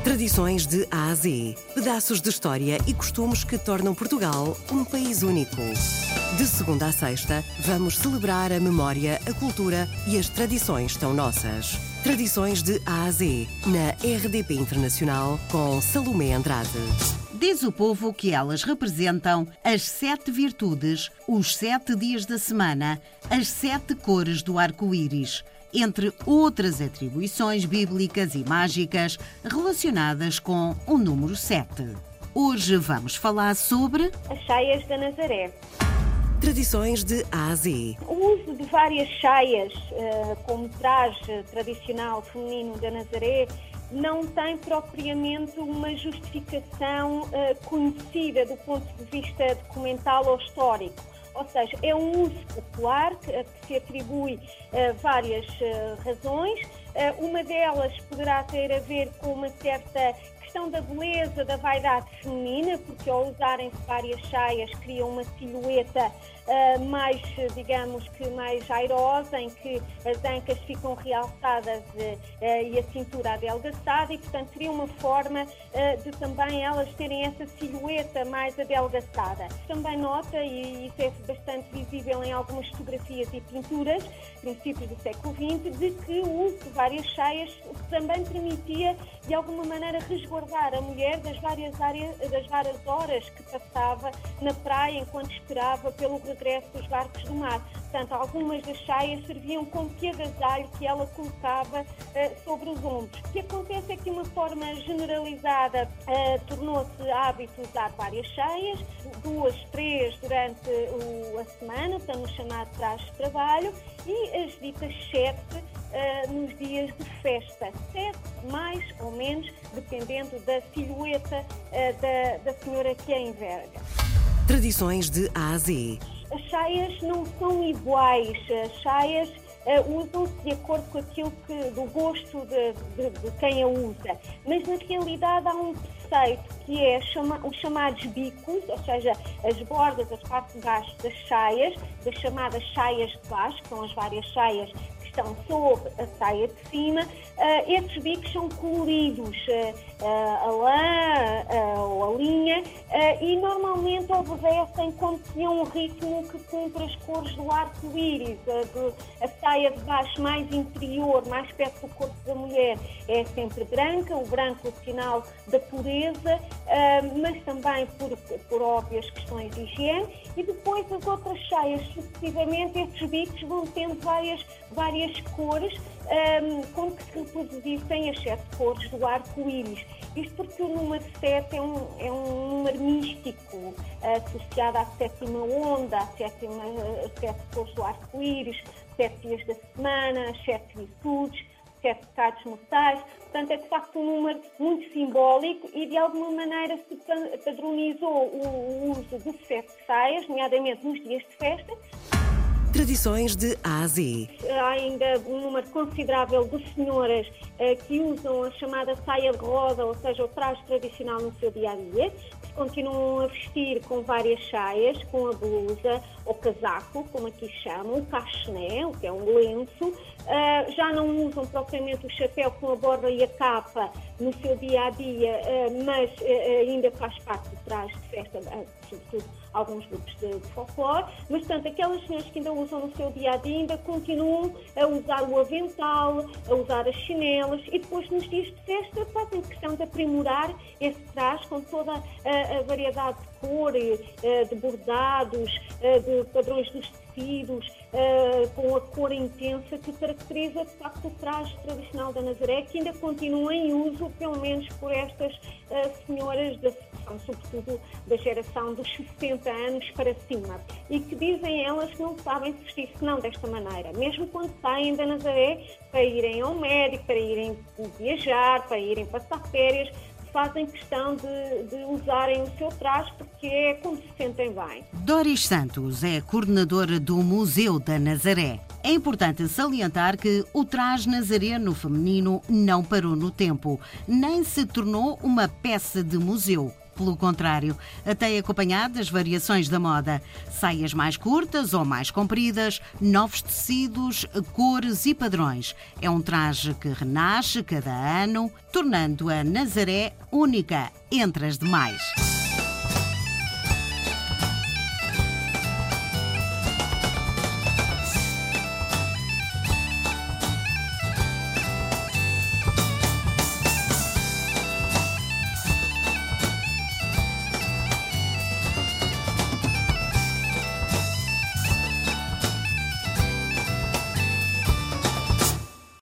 Tradições de A a Z. Pedaços de história e costumes que tornam Portugal um país único. De segunda a sexta, vamos celebrar a memória, a cultura e as tradições tão nossas. Tradições de A a Z, na RDP Internacional, com Salomé Andrade. Diz o povo que elas representam as 7 virtudes, os 7 dias da semana, as 7 cores do arco-íris, entre outras atribuições bíblicas e mágicas relacionadas com o número 7. Hoje vamos falar sobre as saias da Nazaré. Tradições de A a Z. O uso de várias saias como traje tradicional feminino da Nazaré não tem propriamente uma justificação conhecida do ponto de vista documental ou histórico. Ou seja, é um uso popular que se atribui várias razões. Uma delas poderá ter a ver com uma certa questão da beleza, da vaidade feminina, porque ao usarem-se várias saias criam uma silhueta mais, digamos que mais airosa, em que as ancas ficam realçadas e a cintura adelgaçada, e portanto seria uma forma de também elas terem essa silhueta mais adelgaçada. Também nota, e isso é bastante visível em algumas fotografias e pinturas, princípios do século XX, de que o uso de várias saias também permitia de alguma maneira resguardar a mulher das várias horas que passava na praia enquanto esperava pelo regresso dos barcos do mar. Portanto, algumas das saias serviam como que agasalho que ela colocava sobre os ombros. O que acontece é que de uma forma generalizada tornou-se hábito usar várias saias, 2, 3 durante a semana, portanto, o chamado traje de trabalho, e as ditas 7 nos dias de festa. 7 mais ou menos, dependendo da silhueta da senhora que a enverga. Tradições de A a Z. As saias não são iguais, as saias usam-se de acordo com aquilo do gosto de quem a usa, mas na realidade há um preceito que é os chamados bicos, ou seja, as bordas, as partes de baixo das saias, das chamadas saias de baixo, que são as várias saias que estão sobre a saia de cima. Esses bicos são coloridos, a lã ou a linha, e normalmente obedecem como que um ritmo que cumpre as cores do arco-íris. A saia de baixo mais interior, mais perto do corpo da mulher, é sempre branca, o branco o sinal da pureza, mas também por óbvias questões de higiene, e depois as outras saias, sucessivamente, esses bicos vão tendo várias cores, como que se reproduzissem as 7 cores do arco-íris. Isto porque o número 7 é um número místico, associado à 7ª onda, às 7 cores do arco-íris, 7 dias da semana, as 7 virtudes, 7 pecados mortais. Portanto, é de facto um número muito simbólico e de alguma maneira se padronizou o uso de 7 saias, nomeadamente nos dias de festa. Tradições de A a Z. Há ainda um número considerável de senhoras que usam a chamada saia de roda, ou seja, o traje tradicional no seu dia-a-dia, que se continuam a vestir com várias saias, com a blusa ou casaco, como aqui chamam, o cachené, que é um lenço. Já não usam propriamente o chapéu com a borda e a capa no seu dia-a-dia, mas ainda faz parte do traje de festa, sobretudo alguns grupos de folclore, mas, portanto, aquelas senhoras que ainda usam no seu dia-a-dia ainda continuam a usar o avental, a usar as chinelas, e depois nos dias de festa fazem questão de aprimorar esse traje com toda a variedade de cor, de bordados, de padrões dos tecidos, com a cor intensa que caracteriza de facto o traje tradicional da Nazaré, que ainda continua em uso, pelo menos por estas senhoras, sobretudo da geração dos 60 anos para cima, e que dizem elas que não sabem se vestir senão desta maneira, mesmo quando saem da Nazaré para irem ao médico, para irem viajar, para irem passar férias, fazem questão de usarem o seu traje porque é como se sentem bem. Doris Santos é coordenadora do Museu da Nazaré. É importante salientar que o traje nazareno feminino não parou no tempo, nem se tornou uma peça de museu. pelo contrário, até acompanhar das variações da moda. Saias mais curtas ou mais compridas, novos tecidos, cores e padrões. É um traje que renasce cada ano, tornando a Nazaré única entre as demais.